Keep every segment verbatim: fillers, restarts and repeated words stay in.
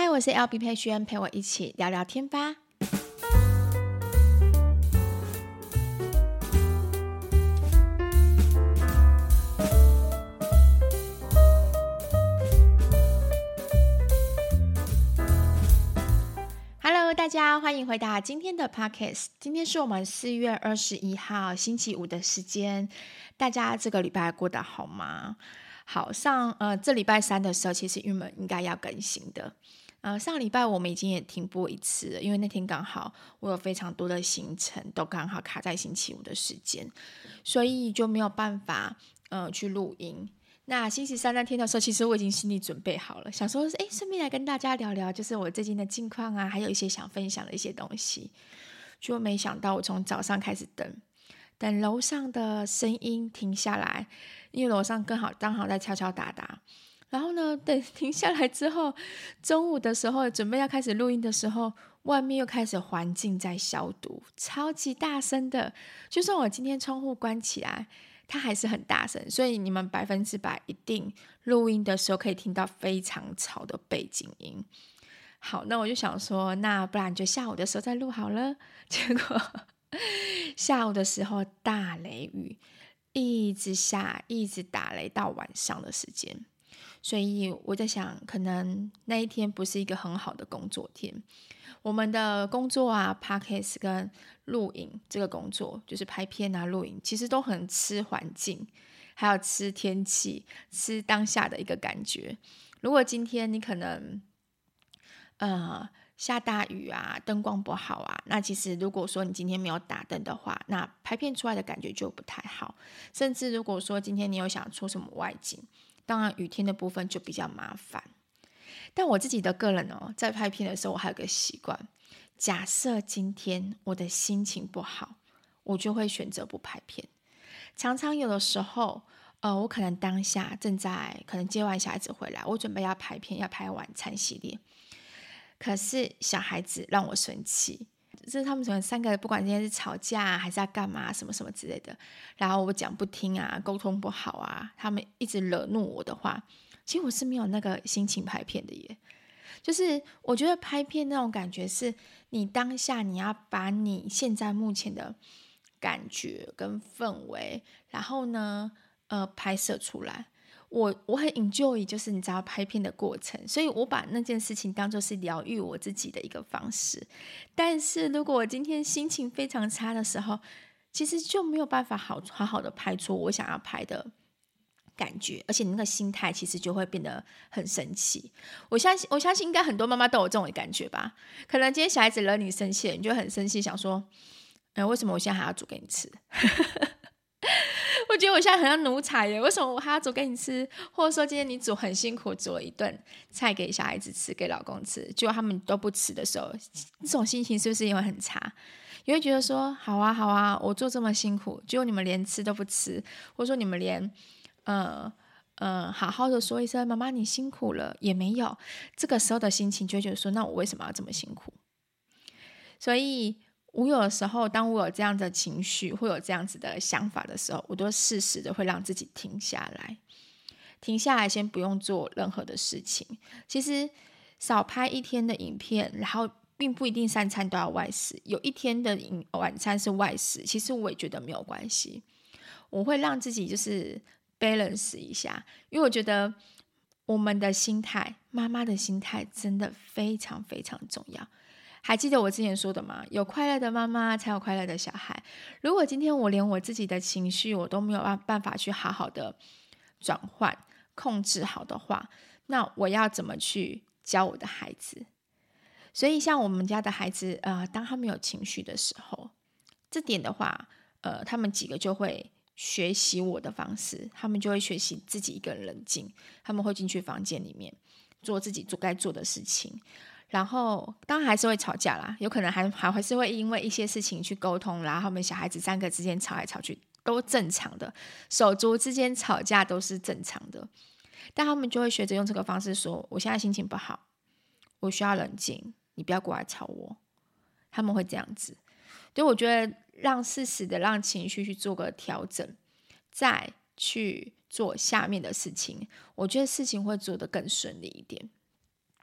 嗨，我是 L B 佩萱，陪我一起聊聊天吧。Hello， 大家欢迎回到今天的 Podcast。今天是我们四月二十一号星期五的时间，大家这个礼拜过得好吗？好，上呃这礼拜三的时候，其实玉门应该要更新的。呃，上礼拜我们已经也停播一次了，因为那天刚好我有非常多的行程，都刚好卡在星期五的时间，所以就没有办法呃去录音。那星期三那天的时候，其实我已经心里准备好了，想说哎，顺便来跟大家聊聊，就是我最近的近况啊，还有一些想分享的一些东西。就没想到我从早上开始等，等楼上的声音停下来，因为楼上刚好刚好在敲敲打打。然后呢，等停下来之后，中午的时候准备要开始录音的时候，外面又开始环境在消毒，超级大声的。就算我今天窗户关起来，它还是很大声，所以你们百分之百一定录音的时候可以听到非常吵的背景音。好，那我就想说，那不然就下午的时候再录好了。结果下午的时候大雷雨，一直下，一直打雷到晚上的时间。所以我在想，可能那一天不是一个很好的工作天。我们的工作啊 Podcast 跟录影这个工作，就是拍片啊录影，其实都很吃环境，还有吃天气，吃当下的一个感觉。如果今天你可能呃下大雨啊，灯光不好啊，那其实如果说你今天没有打灯的话，那拍片出来的感觉就不太好。甚至如果说今天你有想出什么外景，当然雨天的部分就比较麻烦。但我自己的个人哦，在拍片的时候我还有个习惯，假设今天我的心情不好，我就会选择不拍片。常常有的时候呃，我可能当下正在可能接完小孩子回来，我准备要拍片，要拍晚餐系列，可是小孩子让我生气，就是他们可能三个不管今天是吵架啊，还是要干嘛什么什么之类的，然后我讲不听啊，沟通不好啊，他们一直惹怒我的话，其实我是没有那个心情拍片的耶。就是我觉得拍片那种感觉是你当下你要把你现在目前的感觉跟氛围，然后呢呃拍摄出来。我我很 enjoy 就是你知道拍片的过程，所以我把那件事情当作是疗愈我自己的一个方式。但是如果我今天心情非常差的时候，其实就没有办法好好好的拍出我想要拍的感觉，而且你那个心态其实就会变得很生气。我相信我相信应该很多妈妈都有这种感觉吧。可能今天小孩子惹你生气了，你就很生气，想说嗯，为什么我现在还要煮给你吃我觉得我现在很像奴才耶，为什么我还要煮给你吃？或者说今天你煮很辛苦，煮了一顿菜给小孩子吃，给老公吃，结果他们都不吃的时候，这种心情是不是也会很差？也会觉得说好啊好啊，我做这么辛苦，结果你们连吃都不吃，或者说你们连呃呃好好的说一声妈妈你辛苦了也没有，这个时候的心情就会觉得说，那我为什么要这么辛苦？所以我有的时候当我有这样的情绪，会有这样子的想法的时候，我都适时的会让自己停下来，停下来先不用做任何的事情。其实少拍一天的影片，然后并不一定三餐都要外食，有一天的晚餐是外食，其实我也觉得没有关系。我会让自己就是 balance 一下，因为我觉得我们的心态，妈妈的心态真的非常非常重要。还记得我之前说的吗？有快乐的妈妈才有快乐的小孩。如果今天我连我自己的情绪我都没有办法去好好的转换控制好的话，那我要怎么去教我的孩子？所以像我们家的孩子呃，当他们有情绪的时候，这点的话呃，他们几个就会学习我的方式，他们就会学习自己一个人冷静，他们会进去房间里面做自己做该做的事情。然后当然还是会吵架啦，有可能还还是会因为一些事情去沟通，然后他们小孩子三个之间吵来吵去都正常的，手足之间吵架都是正常的，但他们就会学着用这个方式说，我现在心情不好，我需要冷静，你不要过来吵我。他们会这样子，所以我觉得让适时的让情绪去做个调整，再去做下面的事情，我觉得事情会做得更顺利一点。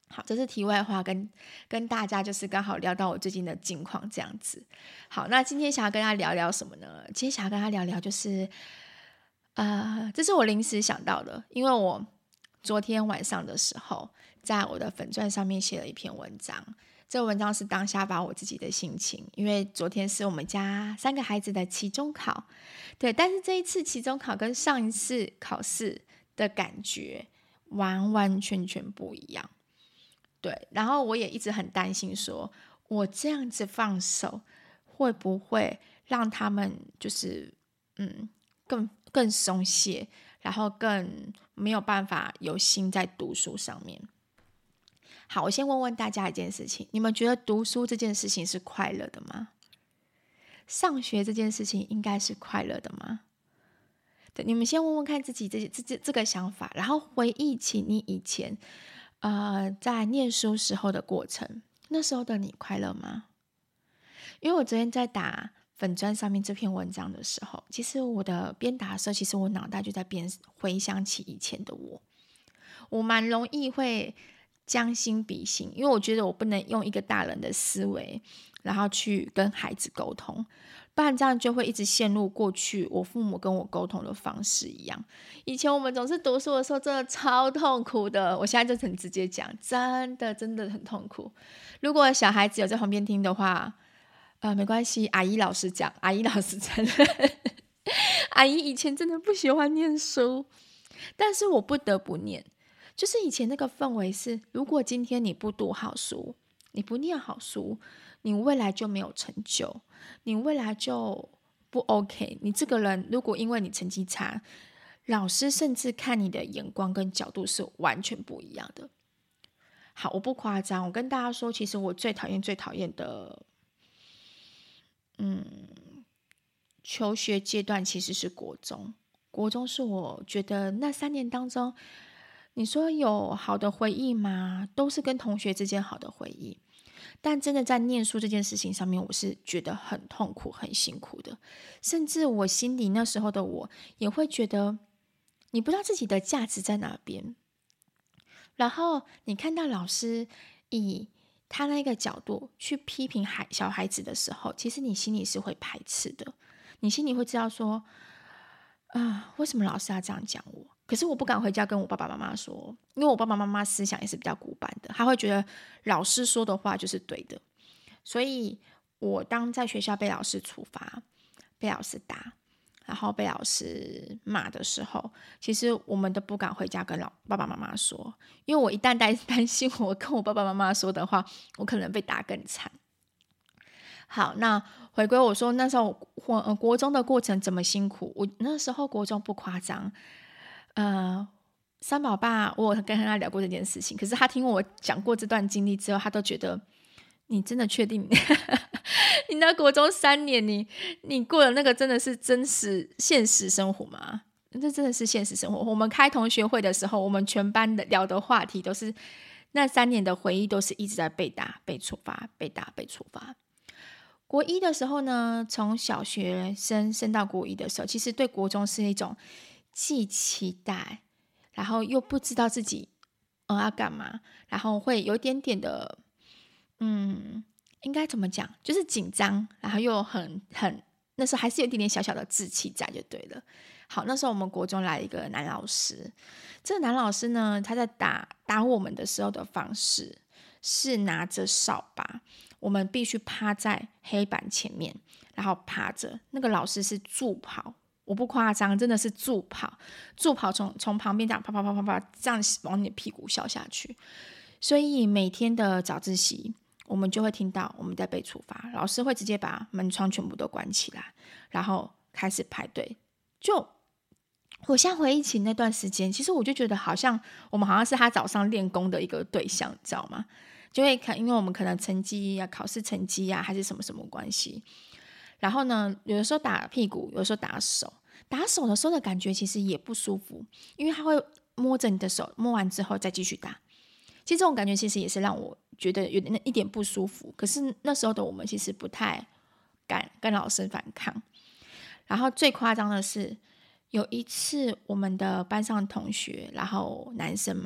好，这是题外话，跟跟大家就是刚好聊到我最近的近况这样子。好，那今天想要跟他聊聊什么呢？今天想要跟他聊聊就是，呃，这是我临时想到的，因为我昨天晚上的时候，在我的粉专上面写了一篇文章。这个文章是当下把我自己的心情，因为昨天是我们家三个孩子的期中考，对，但是这一次期中考跟上一次考试的感觉完完全全不一样。对，然后我也一直很担心说，我这样子放手会不会让他们就是嗯更更松懈，然后更没有办法有心在读书上面。好，我先问问大家一件事情，你们觉得读书这件事情是快乐的吗？上学这件事情应该是快乐的吗？对，你们先问问看自己这这这个想法，然后回忆起你以前呃在念书时候的过程，那时候的你快乐吗？因为我昨天在打粉专上面这篇文章的时候，其实我的边打的时候，其实我脑袋就在边回想起以前的我，我蛮容易会将心比心，因为我觉得我不能用一个大人的思维，然后去跟孩子沟通，不然这样就会一直陷入过去我父母跟我沟通的方式一样。以前我们总是读书的时候真的超痛苦的，我现在就很直接讲，真的真的很痛苦。如果小孩子有在旁边听的话，呃，没关系，阿姨老师讲，阿姨老师承认阿姨以前真的不喜欢念书，但是我不得不念。就是以前那个氛围是，如果今天你不读好书，你不念好书，你未来就没有成就，你未来就不 OK。你这个人如果因为你成绩差，老师甚至看你的眼光跟角度是完全不一样的。好，我不夸张，我跟大家说，其实我最讨厌最讨厌的，嗯，求学阶段其实是国中。国中是我觉得那三年当中，你说有好的回忆吗？都是跟同学之间好的回忆，但真的在念书这件事情上面，我是觉得很痛苦、很辛苦的。甚至我心里那时候的我也会觉得，你不知道自己的价值在哪边。然后你看到老师以他那个角度去批评孩小孩子的时候，其实你心里是会排斥的。你心里会知道说，啊，为什么老师要这样讲我？可是我不敢回家跟我爸爸妈妈说，因为我爸爸妈妈思想也是比较古板的，他会觉得老师说的话就是对的。所以我当在学校被老师处罚、被老师打，然后被老师骂的时候，其实我们都不敢回家跟老爸爸妈妈说，因为我一旦担担心我跟我爸爸妈妈说的话，我可能被打更惨。好，那回归我说那时候国、呃、国中的过程怎么辛苦，我那时候国中不夸张，呃，三宝爸我有跟他聊过这件事情，可是他听我讲过这段经历之后，他都觉得你真的确定你那国中三年你你过的那个真的是真实现实生活吗？这真的是现实生活。我们开同学会的时候，我们全班的聊的话题都是那三年的回忆，都是一直在被打、被处罚、被打、被处罚。国一的时候呢，从小学生升到国一的时候，其实对国中是一种既期待，然后又不知道自己呃要干嘛，然后会有一点点的，嗯，应该怎么讲，就是紧张，然后又很很那时候还是有一点点小小的志气在就对了。好，那时候我们国中来一个男老师，这个男老师呢，他在打打我们的时候的方式是拿着扫把。我们必须趴在黑板前面，然后趴着。那个老师是助跑，我不夸张，真的是助跑。助跑从从旁边这样啪啪啪啪啪这样往你的屁股削下去。所以每天的早自习，我们就会听到我们在被处罚，老师会直接把门窗全部都关起来，然后开始排队。就我现在回忆起那段时间，其实我就觉得好像我们好像是他早上练功的一个对象，你知道吗？就会看，因为我们可能成绩啊、考试成绩啊，还是什么什么关系。然后呢，有的时候打屁股，有的时候打手。打手的时候的感觉其实也不舒服，因为他会摸着你的手，摸完之后再继续打。其实这种感觉其实也是让我觉得有点一点不舒服。可是那时候的我们其实不太敢跟老师反抗。然后最夸张的是，有一次我们的班上同学，然后男生嘛，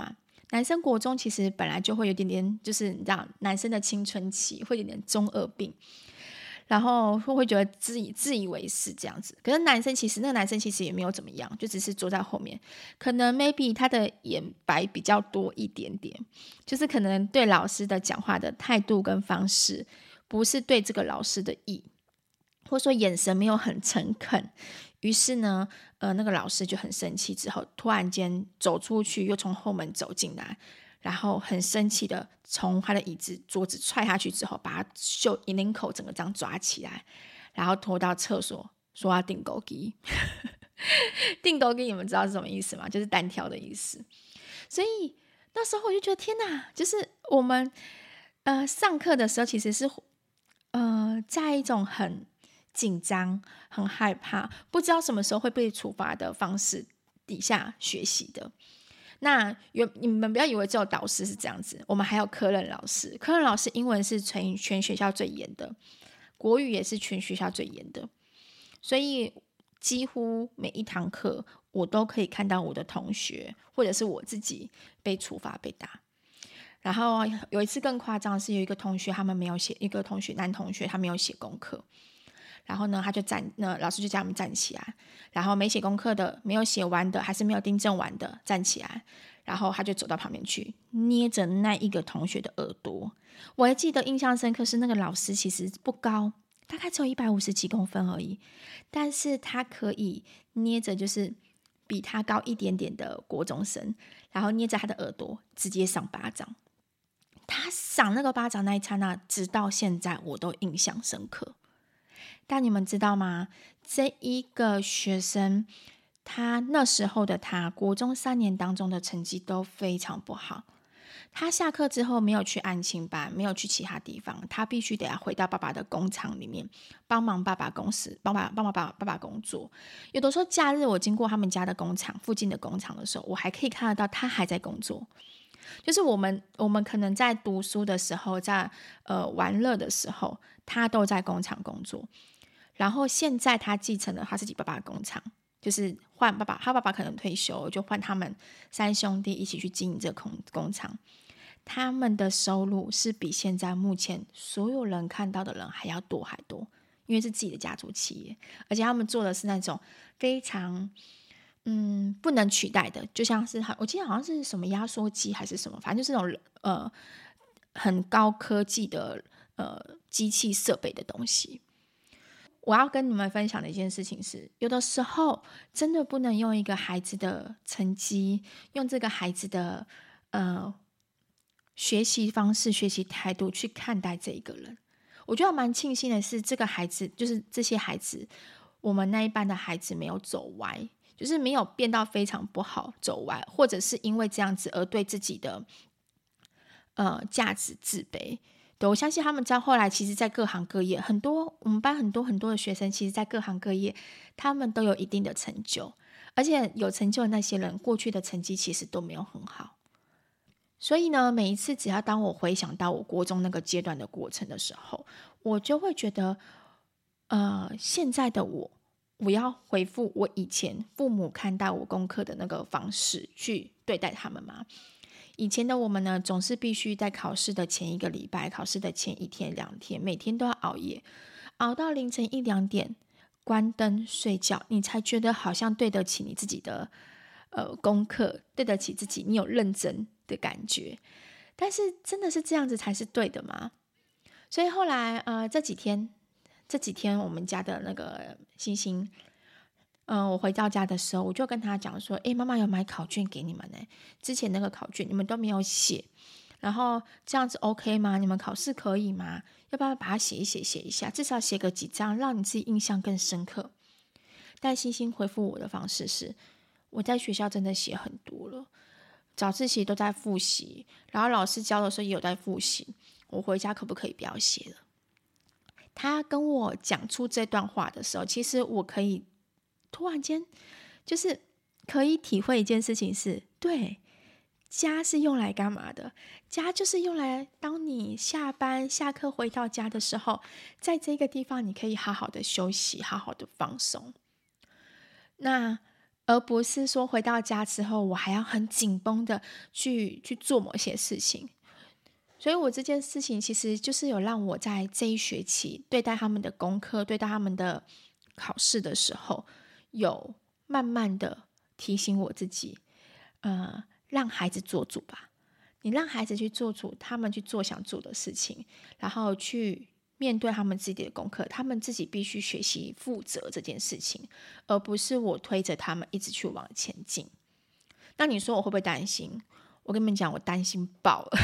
男生国中其实本来就会有点点，就是你知道男生的青春期会有点中二病，然后会觉得自以自以为是这样子。可是男生其实那个男生其实也没有怎么样，就只是坐在后面，可能 maybe 他的眼白比较多一点点，就是可能对老师的讲话的态度跟方式不是对这个老师的意，或者说眼神没有很诚恳。于是呢，呃，那个老师就很生气，之后突然间走出去，又从后门走进来，然后很生气的从他的椅子桌子踹下去之后，把他袖领口整个这样抓起来，然后拖到厕所，说要订狗机。订狗机你们知道是什么意思吗？就是单挑的意思。所以那时候我就觉得天哪，就是我们呃上课的时候其实是呃在一种很紧张、很害怕，不知道什么时候会被处罚的方式底下学习的。那有你们不要以为只有导师是这样子，我们还有科任老师。科任老师英文是全全学校最严的，国语也是全学校最严的，所以几乎每一堂课我都可以看到我的同学或者是我自己被处罚被打。然后有一次更夸张的是，有一个同学他们没有写，一个同学男同学他没有写功课，然后呢他就站，那老师就叫他们站起来，然后没写功课的、没有写完的还是没有订正完的站起来，然后他就走到旁边去捏着那一个同学的耳朵。我还记得印象深刻是那个老师其实不高，大概只有一百五十几公分而已，但是他可以捏着就是比他高一点点的国中生，然后捏着他的耳朵直接赏巴掌。他赏那个巴掌那一刹那，直到现在我都印象深刻。但你们知道吗？这一个学生，他那时候的他，国中三年当中的成绩都非常不好。他下课之后没有去安亲班，没有去其他地方，他必须得要回到爸爸的工厂里面帮忙爸爸公司，帮爸帮爸爸爸爸工作。有的时候假日我经过他们家的工厂附近的工厂的时候，我还可以看得到他还在工作。就是我们我们可能在读书的时候，在呃玩乐的时候，他都在工厂工作。然后现在他继承了他自己爸爸的工厂，就是换爸爸，他爸爸可能退休，就换他们三兄弟一起去经营这个工工厂。他们的收入是比现在目前所有人看到的人还要多还多，因为是自己的家族企业，而且他们做的是那种非常嗯不能取代的，就像是我记得好像是什么压缩机还是什么，反正就是那种呃很高科技的呃机器设备的东西。我要跟你们分享的一件事情是，有的时候真的不能用一个孩子的成绩，用这个孩子的呃学习方式、学习态度去看待这一个人。我觉得蛮庆幸的是，这个孩子就是这些孩子，我们那一班的孩子没有走歪，就是没有变到非常不好走歪，或者是因为这样子而对自己的呃价值自卑。对，我相信他们在后来，其实在各行各业，很多我们班很多很多的学生，其实在各行各业，他们都有一定的成就，而且有成就的那些人，过去的成绩其实都没有很好。所以呢，每一次只要当我回想到我国中那个阶段的过程的时候，我就会觉得，呃，现在的我，我要回复我以前父母看待我功课的那个方式去对待他们吗？以前的我们呢，总是必须在考试的前一个礼拜、考试的前一天、两天，每天都要熬夜，熬到凌晨一两点，关灯睡觉，你才觉得好像对得起你自己的呃功课，对得起自己，你有认真的感觉。但是真的是这样子才是对的吗？所以后来呃这几天，这几天我们家的那个星星。嗯，我回到家的时候，我就跟他讲说：诶，妈妈有买考卷给你们呢，之前那个考卷你们都没有写，然后这样子 OK 吗？你们考试可以吗？要不要把它写一写，写一下，至少写个几张，让你自己印象更深刻。但星星回复我的方式是：我在学校真的写很多了，早自习都在复习，然后老师教的时候也有在复习，我回家可不可以不要写了？他跟我讲出这段话的时候，其实我可以突然间就是可以体会一件事情是，对，家是用来干嘛的？家就是用来当你下班下课回到家的时候，在这个地方你可以好好的休息，好好的放松。那而不是说回到家之后我还要很紧绷的去去做某些事情。所以我这件事情其实就是有让我在这一学期对待他们的功课，对待他们的考试的时候，有慢慢的提醒我自己，呃，让孩子做主吧。你让孩子去做主，他们去做想做的事情，然后去面对他们自己的功课，他们自己必须学习负责这件事情，而不是我推着他们一直去往前进。那你说我会不会担心？我跟你们讲，我担心爆了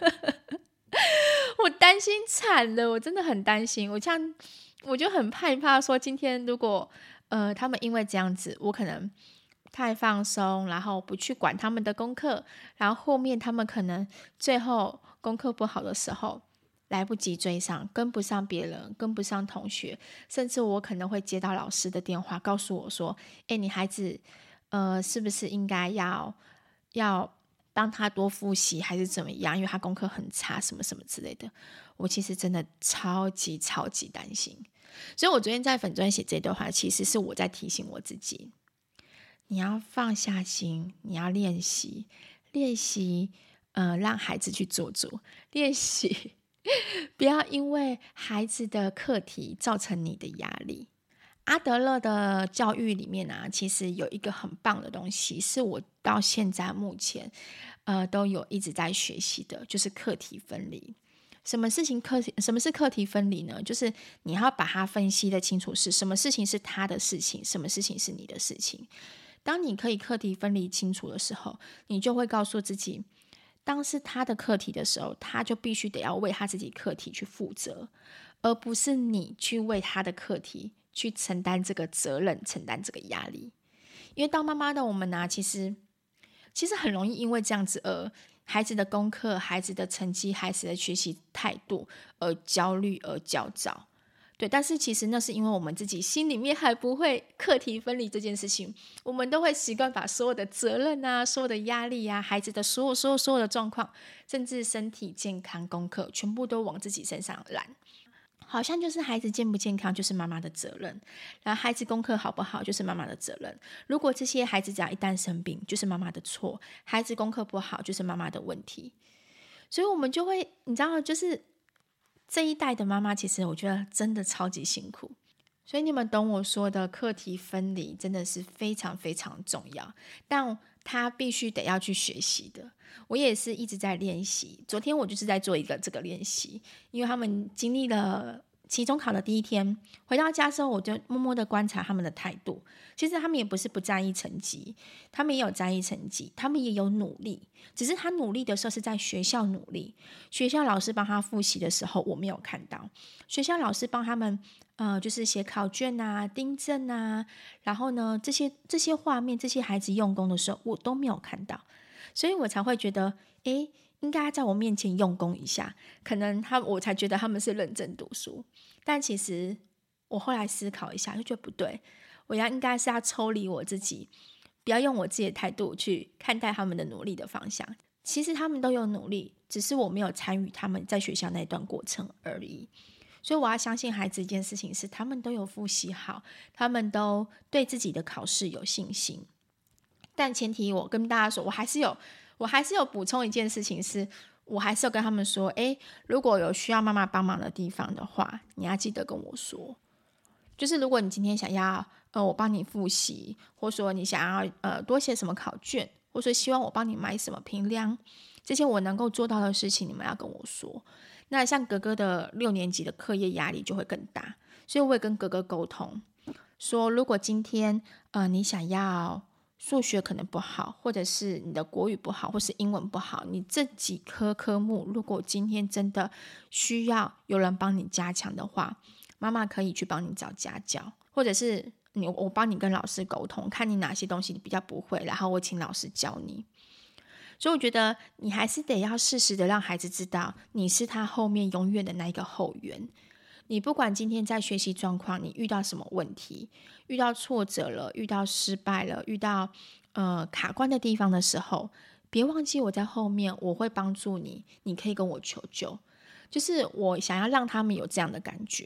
我担心惨了，我真的很担心。我这样我就很害怕说，今天如果呃他们因为这样子，我可能太放松，然后不去管他们的功课，然后后面他们可能最后功课不好的时候来不及追上，跟不上别人，跟不上同学，甚至我可能会接到老师的电话告诉我说，诶，你孩子呃是不是应该要要帮他多复习还是怎么样，因为他功课很差什么什么之类的。我其实真的超级超级担心。所以我昨天在粉专写这段话，其实是我在提醒我自己，你要放下心，你要练习练习呃，让孩子去做主，练习不要因为孩子的课题造成你的压力。阿德勒的教育里面啊，其实有一个很棒的东西，是我到现在目前呃都有一直在学习的，就是课题分离。什么事情课题什么是课题分离呢？就是你要把它分析的清楚，是什么事情是他的事情，什么事情是你的事情。当你可以课题分离清楚的时候，你就会告诉自己，当是他的课题的时候，他就必须得要为他自己课题去负责，而不是你去为他的课题去承担这个责任，承担这个压力。因为当妈妈的我们啊，其实其实很容易因为这样子而孩子的功课、孩子的成绩、孩子的学习态度而焦虑而焦躁。对，但是其实那是因为我们自己心里面还不会课题分离这件事情，我们都会习惯把所有的责任啊、所有的压力啊、孩子的所有、所有、所有的状况，甚至身体健康、功课，全部都往自己身上揽。好像就是孩子健不健康就是妈妈的责任，然后孩子功课好不好就是妈妈的责任。如果这些孩子只要一旦生病，就是妈妈的错；孩子功课不好，就是妈妈的问题。所以我们就会，你知道，就是这一代的妈妈，其实我觉得真的超级辛苦。所以你们懂我说的课题分离真的是非常非常重要，但他必须得要去学习的。我也是一直在练习，昨天我就是在做一个这个练习，因为他们经历了期中考的第一天，回到家之后我就默默的观察他们的态度。其实他们也不是不在意成绩，他们也有在意成绩，他们也有努力，只是他努力的时候是在学校努力，学校老师帮他复习的时候我没有看到，学校老师帮他们呃，就是写考卷啊、订正啊，然后呢，这些这些画面，这些孩子用功的时候，我都没有看到，所以我才会觉得，诶，应该在我面前用功一下，可能他我才觉得他们是认真读书。但其实我后来思考一下，就觉得不对，我要应该是要抽离我自己，不要用我自己的态度去看待他们的努力的方向。其实他们都有努力，只是我没有参与他们在学校那段过程而已。所以我要相信孩子一件事情是，他们都有复习好，他们都对自己的考试有信心。但前提我跟大家说，我还是有我还是有补充一件事情是，我还是有跟他们说，诶，如果有需要妈妈帮忙的地方的话，你要记得跟我说。就是如果你今天想要呃我帮你复习，或说你想要呃多写什么考卷，或说希望我帮你买什么评量，这些我能够做到的事情，你们要跟我说。那像哥哥的六年级的课业压力就会更大，所以我也跟哥哥沟通说，如果今天呃你想要数学可能不好，或者是你的国语不好，或是英文不好，你这几科科目如果今天真的需要有人帮你加强的话，妈妈可以去帮你找家教，或者是你我帮你跟老师沟通，看你哪些东西你比较不会，然后我请老师教你。所以我觉得你还是得要适时的让孩子知道，你是他后面永远的那一个后援。你不管今天在学习状况你遇到什么问题，遇到挫折了，遇到失败了，遇到呃卡关的地方的时候，别忘记我在后面，我会帮助你，你可以跟我求救。就是我想要让他们有这样的感觉。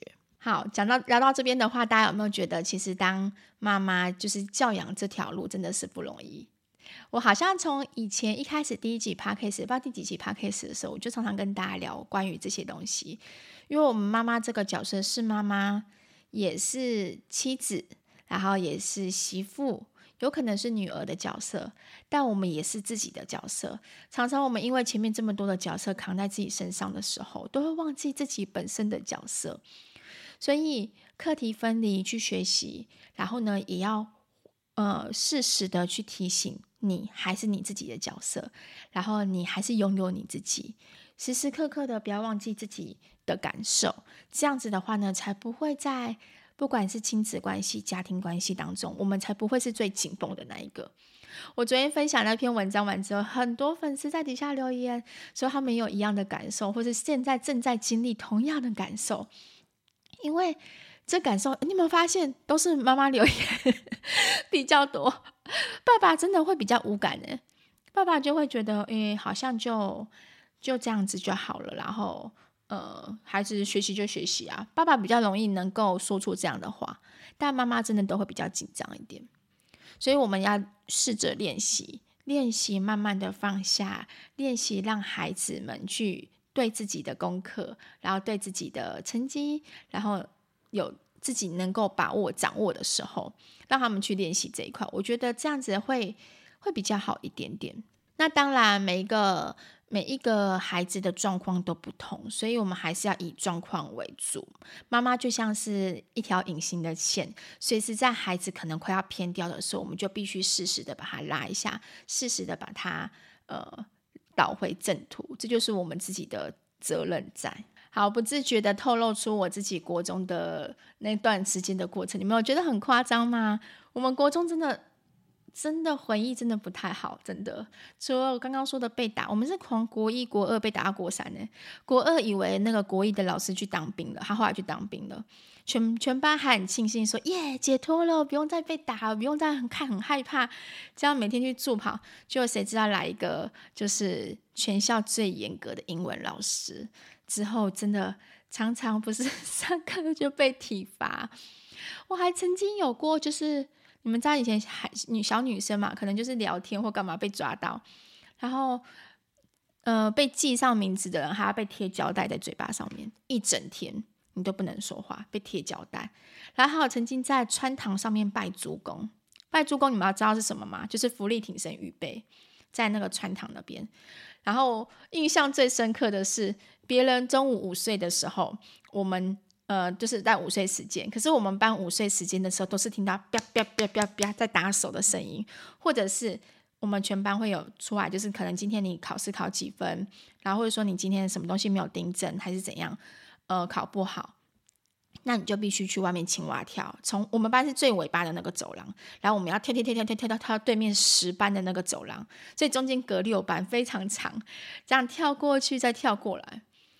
好，讲到聊到这边的话，大家有没有觉得其实当妈妈就是教养这条路真的是不容易？我好像从以前一开始第一集 podcast 不知道第几集 podcast 的时候，我就常常跟大家聊关于这些东西。因为我们妈妈这个角色是妈妈，也是妻子，然后也是媳妇，有可能是女儿的角色，但我们也是自己的角色。常常我们因为前面这么多的角色扛在自己身上的时候，都会忘记自己本身的角色。所以课题分离去学习，然后呢也要呃适时的去提醒你还是你自己的角色，然后你还是拥有你自己，时时刻刻的不要忘记自己的感受。这样子的话呢，才不会在不管是亲子关系家庭关系当中，我们才不会是最紧绷的那一个。我昨天分享那篇文章完之后，很多粉丝在底下留言说他们有一样的感受，或是现在正在经历同样的感受。因为这感受，你有没有发现都是妈妈留言比较多，爸爸真的会比较无感耶。爸爸就会觉得诶好像就就这样子就好了，然后呃孩子学习就学习啊，爸爸比较容易能够说出这样的话，但妈妈真的都会比较紧张一点。所以我们要试着练习练习慢慢的放下，练习让孩子们去对自己的功课，然后对自己的成绩，然后有自己能够把握掌握的时候，让他们去练习这一块，我觉得这样子会会比较好一点点。那当然每一个每一个孩子的状况都不同，所以我们还是要以状况为主。妈妈就像是一条隐形的线，随时在孩子可能快要偏掉的时候，我们就必须适时的把它拉一下，适时的把它呃导回正途，这就是我们自己的责任在。好，不自觉的透露出我自己国中的那段时间的过程，你们有觉得很夸张吗？我们国中真的真的回忆真的不太好，真的。除了我刚刚说的被打，我们是从国一国二被打到国三呢。国二以为那个国一的老师去当兵了，他后来去当兵了，全全班还很庆幸说耶解脱了，不用再被打了，不用再很看很害怕，这样每天去助跑。结果谁知道来一个就是全校最严格的英文老师，之后真的常常不是上课就被体罚。我还曾经有过就是你们知道以前还女小女生嘛，可能就是聊天或干嘛被抓到，然后呃被记上名字的人还要被贴胶带在嘴巴上面，一整天你都不能说话，被贴胶带。然后还有曾经在穿堂上面拜猪公，拜猪公你们要知道是什么吗？就是福利挺身预备在那个穿堂那边。然后印象最深刻的是别人中午午睡的时候，我们呃，就是在午睡时间，可是我们班午睡时间的时候，都是听到啪啪啪啪啪在打手的声音，或者是我们全班会有出来，就是可能今天你考试考几分，然后或者说你今天什么东西没有订正，还是怎样，呃，考不好，那你就必须去外面青蛙跳。从我们班是最尾巴的那个走廊，然后我们要跳跳跳跳跳跳到跳到对面十班的那个走廊，所以中间隔六班，非常长，这样跳过去再跳过来。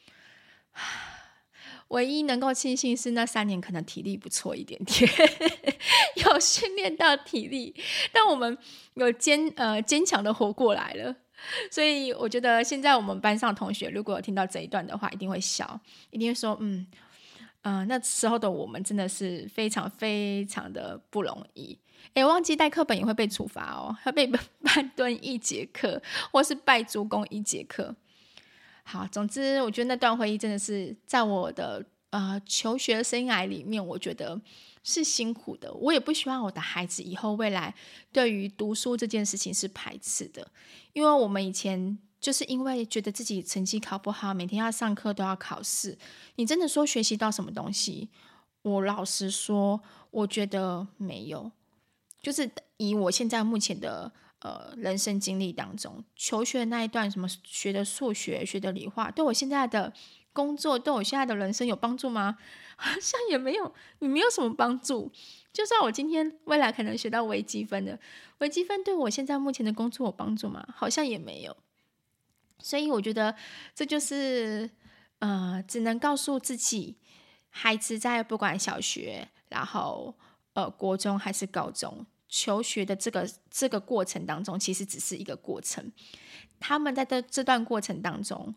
唯一能够庆幸是那三年可能体力不错一点点有训练到体力，但我们有坚呃坚强的活过来了。所以我觉得现在我们班上同学如果有听到这一段的话，一定会笑，一定会说嗯呃那时候的我们真的是非常非常的不容易。诶，忘记带课本也会被处罚哦，要被半蹲一节课，或是拜猪公一节课。好，总之我觉得那段回忆真的是在我的呃求学生涯里面，我觉得是辛苦的。我也不希望我的孩子以后未来对于读书这件事情是排斥的，因为我们以前就是因为觉得自己成绩考不好，每天要上课都要考试，你真的说学习到什么东西？我老实说，我觉得没有。就是以我现在目前的呃人生经历当中，求学的那一段，什么学的数学、学的理化，对我现在的工作、对我现在的人生有帮助吗？好像也没有，也没有什么帮助。就算我今天未来可能学到微积分的，微积分对我现在目前的工作有帮助吗？好像也没有。所以我觉得这就是呃，只能告诉自己，孩子在不管小学，然后呃国中还是高中。求学的这个这个过程当中，其实只是一个过程。他们在这这段过程当中，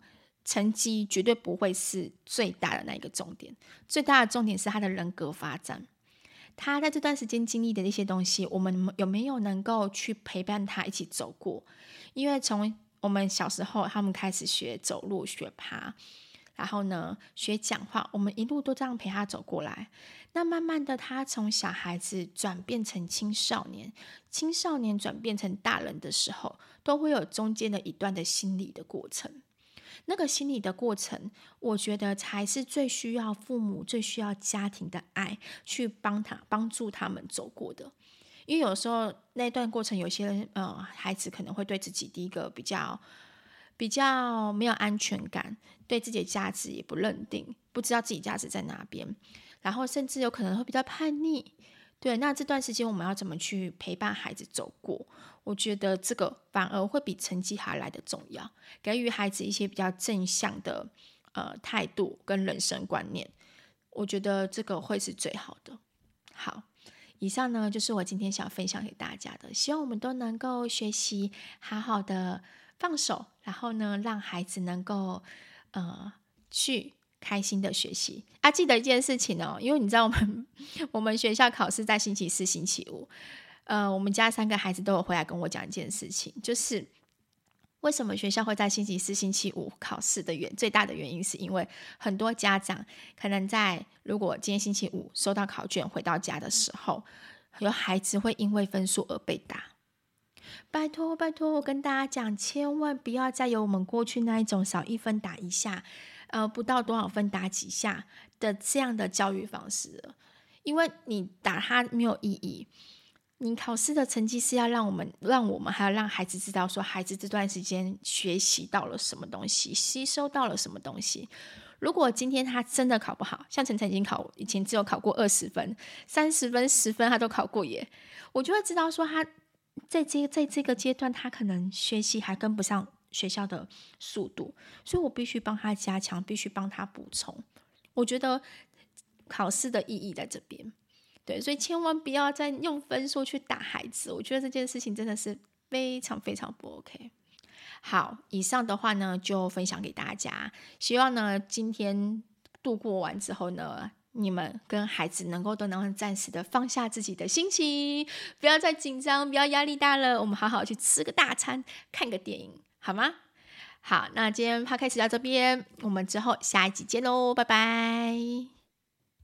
成绩绝对不会是最大的那一个重点，最大的重点是他的人格发展。他在这段时间经历的一些东西，我们有没有能够去陪伴他一起走过？因为从我们小时候，他们开始学走路、学爬，然后呢学讲话，我们一路都这样陪他走过来。那慢慢的，他从小孩子转变成青少年，青少年转变成大人的时候，都会有中间的一段的心理的过程。那个心理的过程，我觉得才是最需要父母、最需要家庭的爱去帮他、帮助他们走过的。因为有时候那段过程，有些呃孩子可能会对自己第一个比较比较没有安全感，对自己的价值也不认定，不知道自己价值在哪边，然后甚至有可能会比较叛逆。对，那这段时间我们要怎么去陪伴孩子走过？我觉得这个反而会比成绩还来得重要，给予孩子一些比较正向的呃态度跟人生观念，我觉得这个会是最好的。好，以上呢就是我今天想分享给大家的，希望我们都能够学习好好的放手，然后呢让孩子能够呃去开心的学习啊！记得一件事情哦，因为你知道我们我们学校考试在星期四、星期五，呃，我们家三个孩子都有回来跟我讲一件事情，就是为什么学校会在星期四、星期五考试的原最大的原因，是因为很多家长可能在如果今天星期五收到考卷回到家的时候，有孩子会因为分数而被打。拜托拜托，我跟大家讲，千万不要再有我们过去那一种少一分打一下，呃，不到多少分打几下的这样的教育方式了。因为你打它没有意义，你考试的成绩是要让我们让我们还要让孩子知道说，孩子这段时间学习到了什么东西，吸收到了什么东西。如果今天他真的考不好，像晨晨已经考以前只有考过二十分、三十分、十分他都考过耶，我就会知道说他在这在这个阶段他可能学习还跟不上学校的速度，所以我必须帮他加强，必须帮他补充。我觉得考试的意义在这边，对，所以千万不要再用分数去打孩子，我觉得这件事情真的是非常非常不 OK。好，以上的话呢就分享给大家，希望呢今天度过完之后呢，你们跟孩子能够都能暂时的放下自己的心情，不要再紧张，不要压力大了，我们好好去吃个大餐，看个电影，好吗？好，那今天 podcast 到这边，我们之后下一集见喽，拜拜。